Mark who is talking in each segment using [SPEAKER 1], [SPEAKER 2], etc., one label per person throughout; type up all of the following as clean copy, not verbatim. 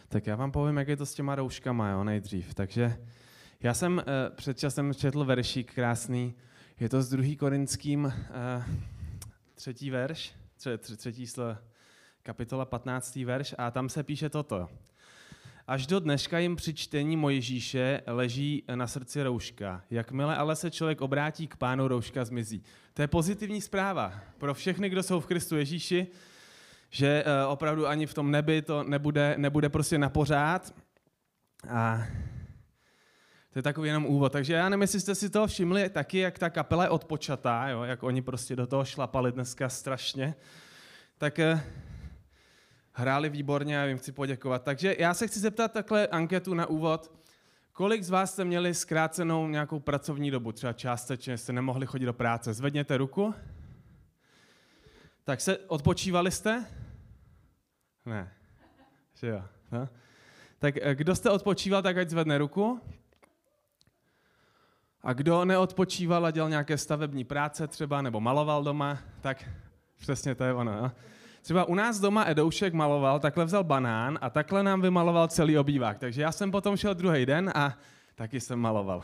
[SPEAKER 1] Tak já vám povím, jak je to s těma rouškama, jo, nejdřív. Takže já jsem před časem četl veršík krásný, je to z 2. Korinským 3. verš, 3. kapitola 15. verš a tam se píše toto. Až do dneška jim při čtení Mojžíše leží na srdci rouška. Jakmile ale se člověk obrátí k Pánu, rouška zmizí. To je pozitivní zpráva pro všechny, kdo jsou v Kristu Ježíši, že opravdu ani v tom nebi to nebude prostě na pořád. A to je takový jenom úvod. Takže já nevím, jestli jste si toho všimli taky, jak ta kapela je odpočatá, jo? Jak oni prostě do toho šlapali dneska strašně. Tak hráli výborně a jim chci poděkovat. Takže já se chci zeptat takhle anketu na úvod. Kolik z vás jste měli zkrácenou nějakou pracovní dobu, třeba částečně, jste nemohli chodit do práce? Zvedněte ruku. Tak odpočívali jste? Ne. Že jo. No. Tak kdo jste odpočíval, tak ať zvedne ruku. A kdo neodpočíval a dělal nějaké stavební práce třeba, nebo maloval doma, tak přesně to je ono. Jo? Třeba u nás doma Edoušek maloval, takhle vzal banán a takhle nám vymaloval celý obývák. Takže já jsem potom šel druhý den a taky jsem maloval.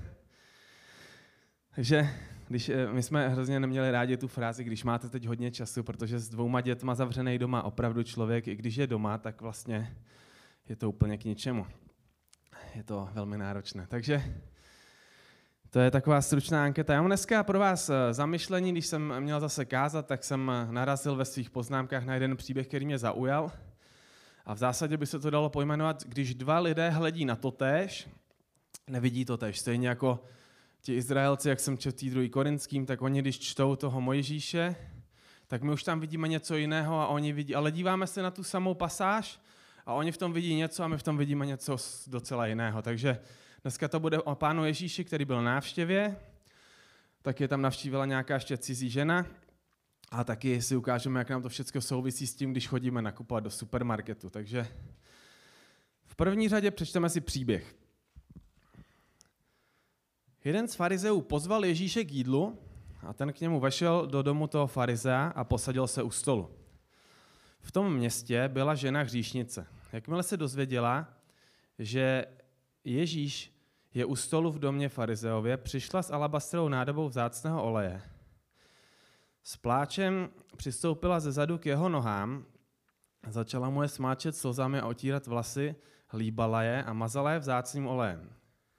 [SPEAKER 1] Takže my jsme hrozně neměli rádi tu frázi, když máte teď hodně času, protože s 2 dětma zavřenej doma opravdu člověk, i když je doma, tak vlastně je to úplně k ničemu. Je to velmi náročné. Takže to je taková stručná anketa. Já mám dneska pro vás zamyšlení, když jsem měl zase kázat, tak jsem narazil ve svých poznámkách na jeden příběh, který mě zaujal. A v zásadě by se to dalo pojmenovat, když 2 lidé hledí na totéž, nevidí totéž. Stejně jako ti Izraelci, jak jsem četl 2. Korinským, tak oni, když čtou toho Mojžíše, tak my už tam vidíme něco jiného a oni vidí, ale díváme se na tu samou pasáž a oni v tom vidí něco a my v tom vidíme něco docela jiného. Takže dneska to bude o Pánu Ježíši, který byl na návštěvě, tak je tam navštívila nějaká ještě cizí žena a taky si ukážeme, jak nám to všechno souvisí s tím, když chodíme nakupovat do supermarketu. Takže v první řadě přečteme si příběh. Jeden z farizeů pozval Ježíše k jídlu a ten k němu vešel do domu toho farizea a posadil se u stolu. V tom městě byla žena hříšnice. Jakmile se dozvěděla, že Ježíš je u stolu v domě farizeově, přišla s alabastrovou nádobou vzácného oleje. S pláčem přistoupila ze zadu k jeho nohám, začala mu je smáčet slzami a otírat vlasy, hlíbala je a mazala je vzácným olejem.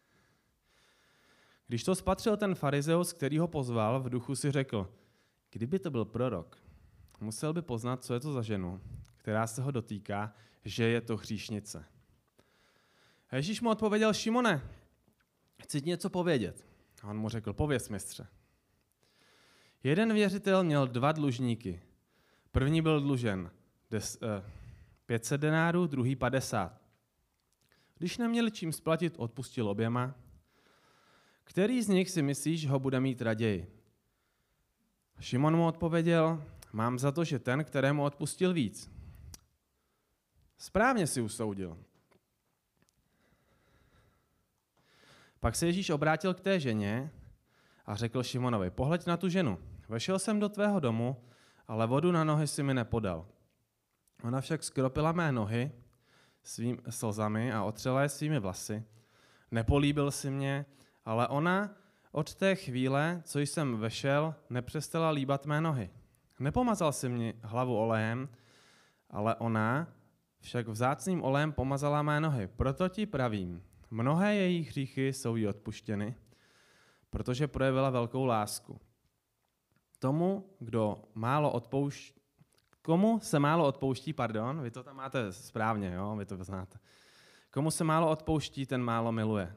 [SPEAKER 1] Když to spatřil ten farizeus, který ho pozval, v duchu si řekl, kdyby to byl prorok, musel by poznat, co je to za ženu, která se ho dotýká, že je to hříšnice. A Ježíš mu odpověděl, Šimone, chci ti něco povědět. A on mu řekl, pověz, mistře. Jeden věřitel měl 2 dlužníky. První byl dlužen 500 denárů, druhý 50. Když neměli čím splatit, odpustil oběma. Který z nich si myslíš, ho bude mít raději? Šimon mu odpověděl, mám za to, že ten, kterému odpustil víc. Správně si usoudil. Pak se Ježíš obrátil k té ženě a řekl Šimonovi, pohleď na tu ženu. Vešel jsem do tvého domu, ale vodu na nohy si mi nepodal. Ona však skropila mé nohy svými slzami a otřela je svými vlasy. Nepolíbil si mě, ale ona od té chvíle, co jsem vešel, nepřestala líbat mé nohy. Nepomazal si mi hlavu olejem, ale ona však vzácným olejem pomazala mé nohy. Proto ti pravím, mnohé její hříchy jsou jí odpuštěny, protože projevila velkou lásku. Komu se málo odpouští, vy to tam máte správně, jo, vy to znáte. Komu se málo odpouští, ten málo miluje.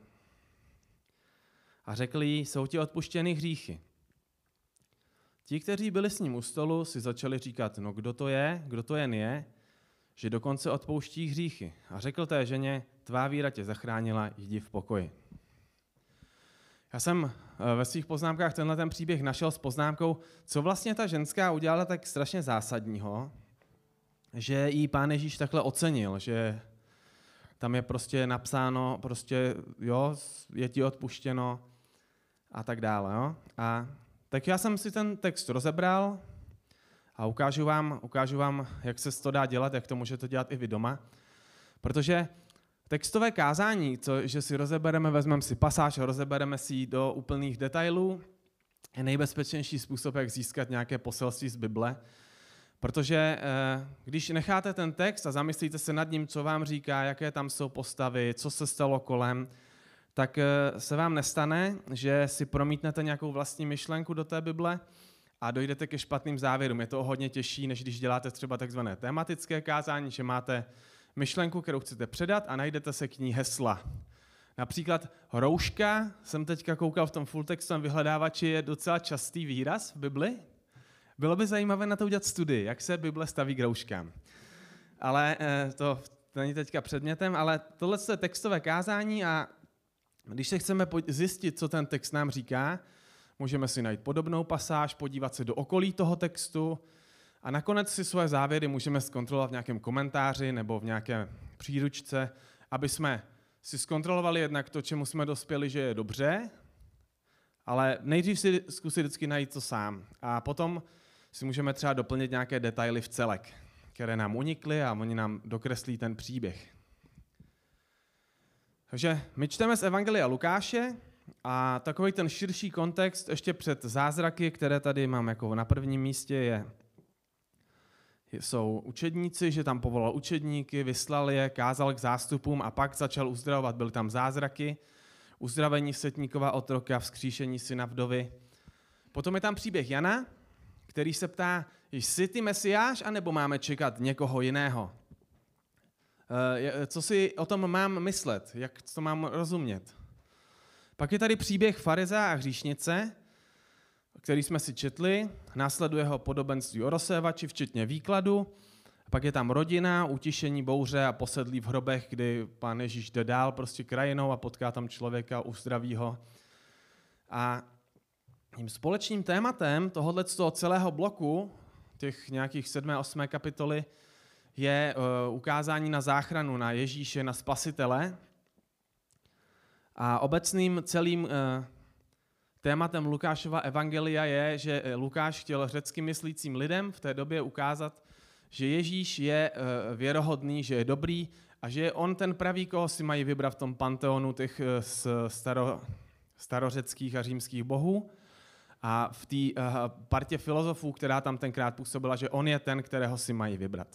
[SPEAKER 1] A řekl jí, jsou ti odpuštěny hříchy. Ti, kteří byli s ním u stolu, si začali říkat, no kdo to jen je, že dokonce odpouští hříchy. A řekl té ženě, tvá víra tě zachránila, jdi v pokoji. Já jsem ve svých poznámkách ten příběh našel s poznámkou, co vlastně ta ženská udělala tak strašně zásadního, že jí Pán Ježíš takhle ocenil, že tam je prostě napsáno, jo, je ti odpuštěno a tak dále. Jo? A tak já jsem si ten text rozebral a ukážu vám, jak se to dá dělat, jak to můžete dělat i vy doma. Protože textové kázání, že si rozebereme, vezmeme si pasáž a rozebereme si ji do úplných detailů, je nejbezpečnější způsob, jak získat nějaké poselství z Bible. Protože když necháte ten text a zamyslíte se nad ním, co vám říká, jaké tam jsou postavy, co se stalo kolem, tak se vám nestane, že si promítnete nějakou vlastní myšlenku do té Bible a dojdete ke špatným závěrům. Je to hodně těžší, než když děláte třeba takzvané tematické kázání, že máte myšlenku, kterou chcete předat a najdete se k ní hesla. Například rouška, jsem teďka koukal v tom fulltextovém vyhledávači, je docela častý výraz v Bibli. Bylo by zajímavé na to udělat studii, jak se Bible staví k rouškám. Ale to není teďka předmětem, ale tohle je textové kázání a když se chceme zjistit, co ten text nám říká, můžeme si najít podobnou pasáž, podívat se do okolí toho textu a nakonec si svoje závěry můžeme zkontrolovat v nějakém komentáři nebo v nějaké příručce, aby jsme si zkontrolovali jednak to, čemu jsme dospěli, že je dobře, ale nejdřív si zkusit vždycky najít to sám. A potom si můžeme třeba doplnit nějaké detaily v celek, které nám unikly a oni nám dokreslí ten příběh. Takže my čteme z Evangelia Lukáše a takový ten širší kontext ještě před zázraky, které tady mám jako na prvním místě, jsou učedníci, že tam povolal učedníky, vyslal je, kázal k zástupům a pak začal uzdravovat. Byly tam zázraky, uzdravení setníkova otroka, vzkříšení syna vdovy. Potom je tam příběh Jana, který se ptá, jsi ty Mesiáš, anebo máme čekat někoho jiného? Co si o tom mám myslet? Jak to mám rozumět? Pak je tady příběh farizea a hříšnice, který jsme si četli, následuje ho podobenství o rozsévači, včetně výkladu. Pak je tam rodina, utišení bouře a posedlí v hrobech, kdy pán Ježíš jde dál prostě krajinou a potká tam člověka, uzdraví ho. A tím společným tématem tohoto celého bloku, těch nějakých 7. a 8. kapitoly, je ukázání na záchranu, na Ježíše, na Spasitele. A obecným celým tématem Lukášova evangelia je, že Lukáš chtěl řecky myslícím lidem v té době ukázat, že Ježíš je věrohodný, že je dobrý a že je on ten pravý, koho si mají vybrat v tom panteonu těch starořeckých a římských bohů. A v té partě filozofů, která tam tenkrát působila, že on je ten, kterého si mají vybrat.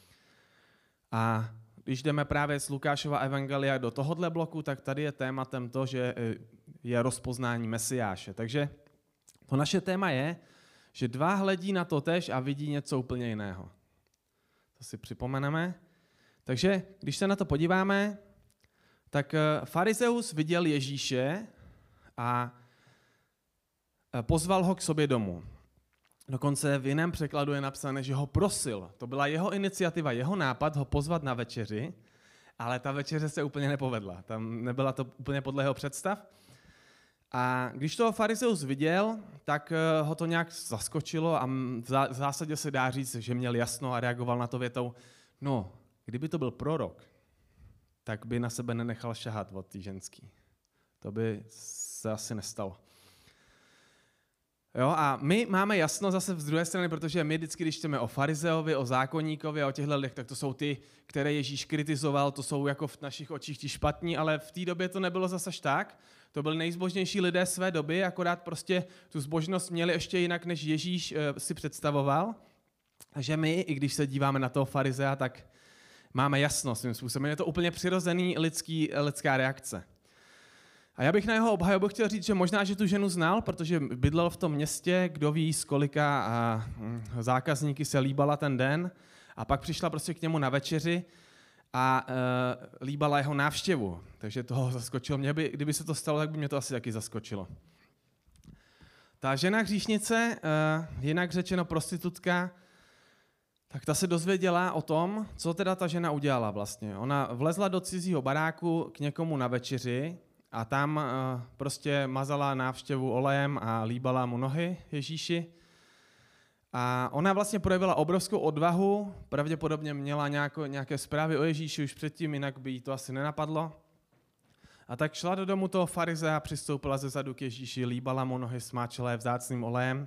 [SPEAKER 1] A když jdeme právě z Lukášova evangelia do tohohle bloku, tak tady je tématem to, že je rozpoznání Mesiáše. Takže to naše téma je, že dva hledí na to též a vidí něco úplně jiného. To si připomeneme. Takže když se na to podíváme, tak farizeus viděl Ježíše a pozval ho k sobě domů. Dokonce v jiném překladu je napsané, že ho prosil. To byla jeho iniciativa, jeho nápad ho pozvat na večeři, ale ta večeře se úplně nepovedla. Tam nebyla to úplně podle jeho představ. A když toho farizeus viděl, tak ho to nějak zaskočilo a v zásadě se dá říct, že měl jasno a reagoval na to větou, no, kdyby to byl prorok, tak by na sebe nenechal šahat od té ženský. To by se asi nestalo. Jo, a my máme jasno zase z druhé strany, protože my vždycky, když čteme o farizeovi, o zákonníkovi a o těchto lidech, tak to jsou ty, které Ježíš kritizoval, to jsou jako v našich očích ti špatní, ale v té době to nebylo zase tak. To byli nejzbožnější lidé své doby, akorát prostě tu zbožnost měli ještě jinak, než Ježíš si představoval. Takže my, i když se díváme na toho farizea, tak máme jasno svým způsobem. Je to úplně přirozený lidská reakce. A já bych na jeho obhajobu chtěl říct, že možná, že tu ženu znal, protože bydlel v tom městě, kdo ví, z kolika zákazníky se líbala ten den. A pak přišla prostě k němu na večeři a líbala jeho návštěvu. Takže toho zaskočilo mě. Kdyby se to stalo, tak by mě to asi taky zaskočilo. Ta žena hříšnice, jinak řečeno prostitutka, tak ta se dozvěděla o tom, co teda ta žena udělala vlastně. Ona vlezla do cizího baráku k někomu na večeři a tam prostě mazala návštěvu olejem a líbala mu nohy Ježíši. A ona vlastně projevila obrovskou odvahu, pravděpodobně měla nějaké zprávy o Ježíši už předtím, jinak by jí to asi nenapadlo. A tak šla do domu toho farizea, přistoupila ze zadu k Ježíši, líbala mu nohy, smáčela je vzácným olejem.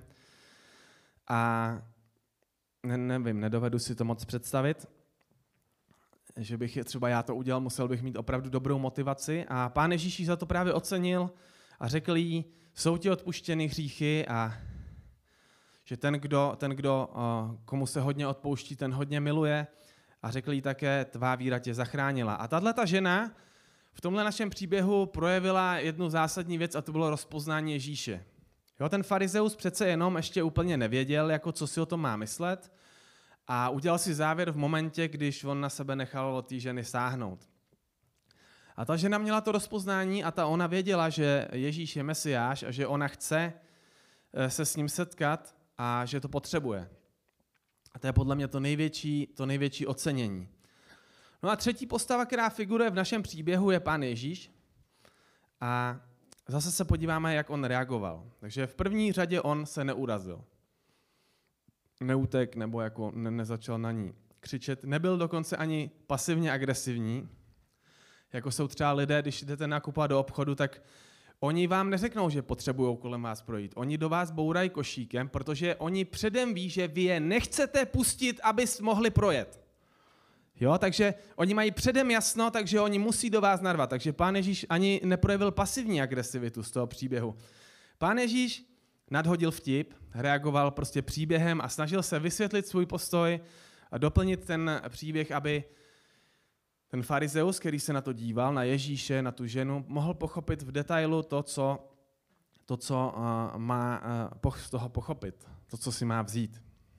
[SPEAKER 1] A nevím, nedovedu si to moc představit. že bych třeba já to udělal, musel bych mít opravdu dobrou motivaci. A Pán Ježíš jí za to právě ocenil a řekl jí, jsou ti odpuštěny hříchy a že ten, kdo komu se hodně odpouští, ten hodně miluje. A řekl jí také, tvá víra tě zachránila. A tato žena v tomhle našem příběhu projevila jednu zásadní věc a to bylo rozpoznání Ježíše. Jo, ten farizeus přece jenom ještě úplně nevěděl, jako co si o tom má myslet a udělal si závěr v momentě, když on na sebe nechal od té ženy sáhnout. A ta žena měla to rozpoznání a ona věděla, že Ježíš je Mesiáš a že ona chce se s ním setkat a že to potřebuje. A to je podle mě to největší ocenění. No a třetí postava, která figuruje v našem příběhu, je Pán Ježíš. A zase se podíváme, jak on reagoval. Takže v první řadě on se neurazil. Neutek nebo jako nezačal na ní křičet. Nebyl dokonce ani pasivně agresivní. Jako jsou třeba lidé, když jdete nakupovat do obchodu, tak oni vám neřeknou, že potřebují kolem vás projít. Oni do vás bourají košíkem, protože oni předem ví, že vy je nechcete pustit, aby mohli projet. Jo, takže oni mají předem jasno, takže oni musí do vás narvat. Takže Pán Ježíš ani neprojevil pasivní agresivitu z toho příběhu. Pán Ježíš nadhodil vtip, reagoval prostě příběhem a snažil se vysvětlit svůj postoj a doplnit ten příběh, aby ten farizeus, který se na to díval, na Ježíše, na tu ženu, mohl pochopit v detailu to, co má z toho pochopit, to, co si má vzít.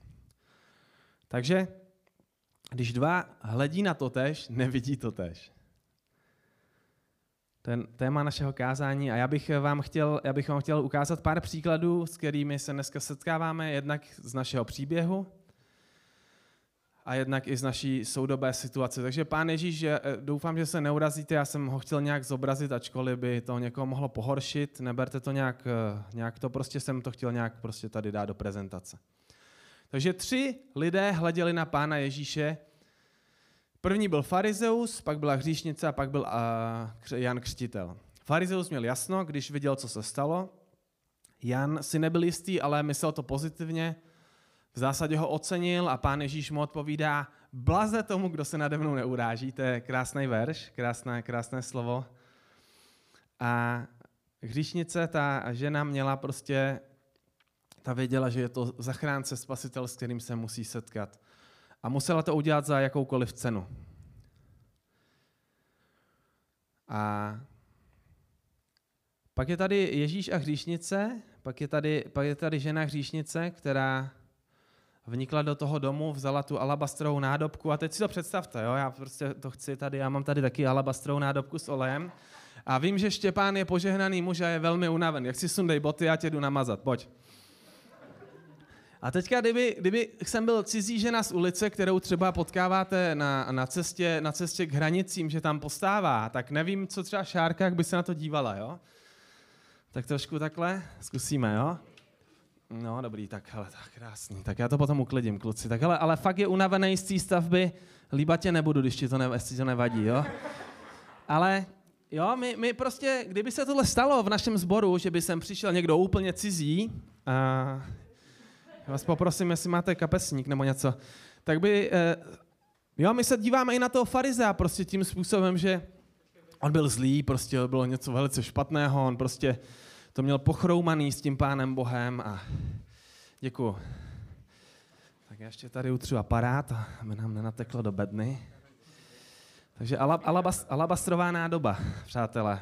[SPEAKER 1] Takže když dva hledí na totéž, nevidí totéž. Ten téma našeho kázání a já bych vám chtěl ukázat pár příkladů, s kterými se dneska setkáváme, jednak z našeho příběhu a jednak i z naší soudobé situace. Takže Pán Ježíš, doufám, že se neurazíte, já jsem ho chtěl nějak zobrazit, ačkoliv by to někoho mohlo pohoršit, neberte to nějak to prostě jsem to chtěl nějak prostě tady dát do prezentace. Takže 3 lidé hleděli na Pána Ježíše. První byl farizeus, pak byla hříšnice a pak byl Jan Křtitel. Farizeus měl jasno, když viděl, co se stalo. Jan si nebyl jistý, ale myslel to pozitivně. V zásadě ho ocenil a Pán Ježíš mu odpovídá, blaze tomu, kdo se nade mnou neuráží. To je krásný verš, krásné slovo. A hříšnice, ta žena měla prostě, ta věděla, že je to zachránce, spasitel, s kterým se musí setkat. A musela to udělat za jakoukoliv cenu. A pak je tady Ježíš a hříšnice, pak je tady žena hříšnice, která vnikla do toho domu, vzala tu alabastrovou nádobku a teď si to představte, jo? Já prostě to chci tady, já mám tady taky alabastrovou nádobku s olejem a vím, že Štěpán je požehnaný muž a je velmi unavený. Jak si sundej boty, já tě jdu namazat, pojď. A teďka, kdyby jsem byl cizí žena z ulice, kterou třeba potkáváte na cestě k hranicím, že tam postává, tak nevím, co třeba Šárka, jak by se na to dívala, jo? Tak trošku takhle, zkusíme, jo? No, dobrý, tak hele, tak krásný. Tak já to potom uklidím, kluci. Tak hele, ale fakt je unavený z té stavby, líbat tě nebudu, když ti to nevadí, jo? Ale jo, my prostě, kdyby se tohle stalo v našem sboru, že by sem přišel někdo úplně cizí, já vás poprosím, jestli máte kapesník nebo něco, tak by, jo, my se díváme i na toho farizea prostě tím způsobem, že on byl zlý, prostě bylo něco velice špatného, on prostě to měl pochroumaný s tím Pánem Bohem a děkuju. Tak já ještě tady utřu aparát, aby nám nenateklo do bedny. Takže alabastrová nádoba, přátelé,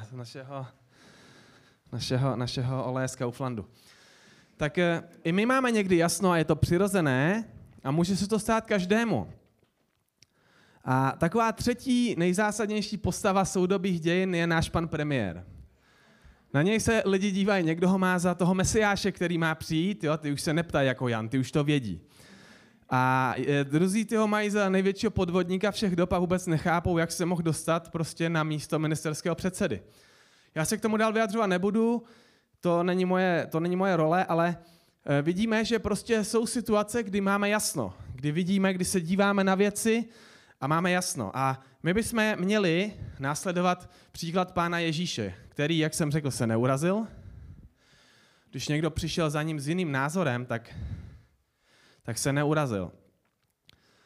[SPEAKER 1] našeho oleje z Kauflandu. Tak i my máme někdy jasno a je to přirozené a může se to stát každému. A taková třetí nejzásadnější postava soudobých dějin je náš pan premiér. Na něj se lidi dívají, někdo ho má za toho Mesiáše, který má přijít, jo? Ty už se neptají jako Jan, ty už to vědí. A druzí ty ho mají za největšího podvodníka všech dob a vůbec nechápou, jak se mohl dostat prostě na místo ministerského předsedy. Já se k tomu dál vyjadřovat nebudu, to není moje role, ale vidíme, že prostě jsou situace, kdy máme jasno, kdy vidíme, kdy se díváme na věci a máme jasno. A my bychom měli následovat příklad Pána Ježíše, který, jak jsem řekl, se neurazil. Když někdo přišel za ním s jiným názorem, tak se neurazil.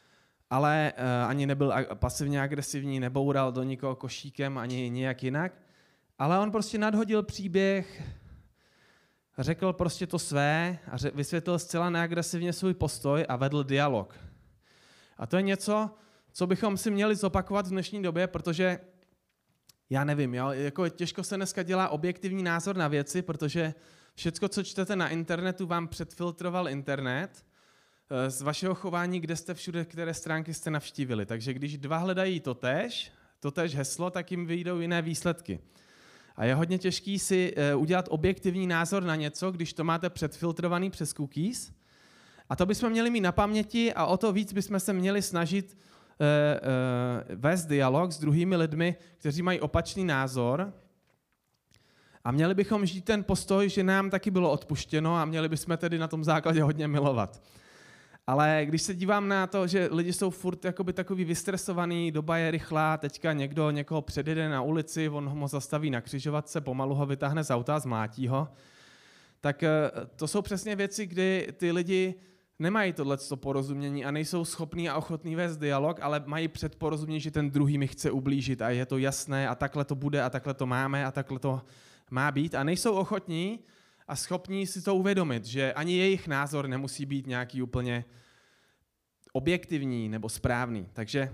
[SPEAKER 1] ale ani nebyl pasivně agresivní, neboural do nikoho košíkem, ani nijak jinak. Ale on prostě nadhodil příběh, řekl prostě to své a vysvětlil zcela neagresivně svůj postoj a vedl dialog. A to je něco, co bychom si měli zopakovat v dnešní době, protože já nevím, jo, jako těžko se dneska dělá objektivní názor na věci, protože všecko, co čtete na internetu, vám předfiltroval internet z vašeho chování, kde jste všude, které stránky jste navštívili. Takže když dva hledají totéž heslo, tak jim vyjdou jiné výsledky. A je hodně těžký si udělat objektivní názor na něco, když to máte předfiltrovaný přes cookies. A to bychom měli mít na paměti a o to víc bychom se měli snažit vést dialog s druhými lidmi, kteří mají opačný názor. A měli bychom žít ten postoj, že nám taky bylo odpuštěno a měli bychom tedy na tom základě hodně milovat. Ale když se dívám na to, že lidi jsou furt jakoby takový vystresovaný, doba je rychlá, teďka někdo někoho předjede na ulici, on ho zastaví na křižovatce, pomalu ho vytáhne z auta a zmlátí ho, tak to jsou přesně věci, kdy ty lidi nemají tohleto porozumění a nejsou schopní a ochotní vést dialog, ale mají předporozumění, že ten druhý mi chce ublížit a je to jasné a takhle to bude a takhle to máme a takhle to má být a nejsou ochotní a schopní si to uvědomit, že ani jejich názor nemusí být nějaký úplně objektivní nebo správný. Takže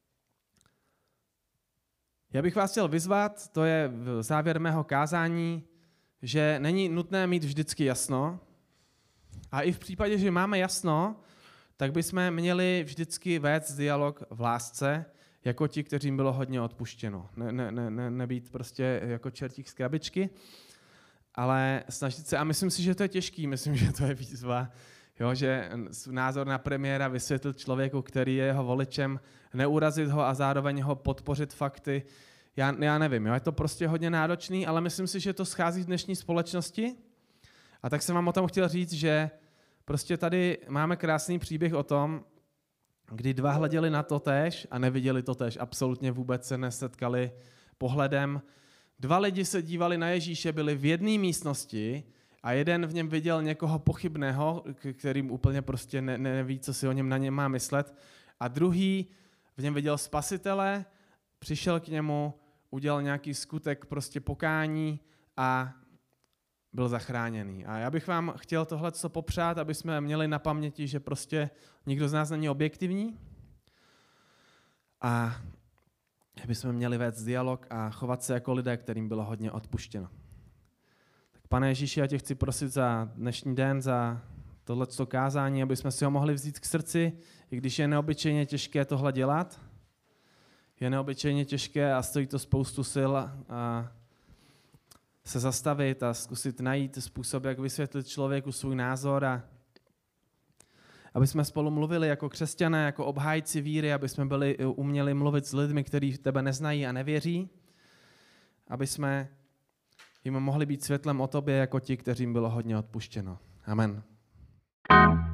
[SPEAKER 1] já bych vás chtěl vyzvat, to je závěr mého kázání, že není nutné mít vždycky jasno a i v případě, že máme jasno, tak bychom měli vždycky vést dialog v lásce, jako ti, kterým bylo hodně odpuštěno. Nebýt prostě jako čertík z krabičky, ale snažit se, a myslím si, že to je těžký, myslím, že to je výzva, jo, že názor na premiéra vysvětlit člověku, který je jeho voličem, neurazit ho a zároveň ho podpořit fakty. Já nevím, jo, je to prostě hodně náročný, ale myslím si, že to schází z dnešní společnosti. A tak jsem vám o tom chtěl říct, že prostě tady máme krásný příběh o tom, kdy dva hleděli na totéž a neviděli totéž. Absolutně vůbec se nesetkali pohledem. Dva lidi se dívali na Ježíše, byli v jedné místnosti a jeden v něm viděl někoho pochybného, kterým úplně prostě neví, co si o něm na něm má myslet. A druhý v něm viděl spasitele, přišel k němu, udělal nějaký skutek prostě pokání a byl zachráněný. A já bych vám chtěl tohleto popřát, aby jsme měli na paměti, že prostě nikdo z nás není objektivní a aby jsme měli vést dialog a chovat se jako lidé, kterým bylo hodně odpuštěno. Tak Pane Ježíši, já tě chci prosit za dnešní den, za tohleto kázání, aby jsme si ho mohli vzít k srdci, i když je neobyčejně těžké tohle dělat. Je neobyčejně těžké a stojí to spoustu sil a se zastavit a zkusit najít způsob, jak vysvětlit člověku svůj názor a aby jsme spolu mluvili jako křesťané, jako obhájci víry, aby jsme uměli mluvit s lidmi, kteří tebe neznají a nevěří, aby jsme jim mohli být světlem o tobě jako ti, kterým bylo hodně odpuštěno. Amen.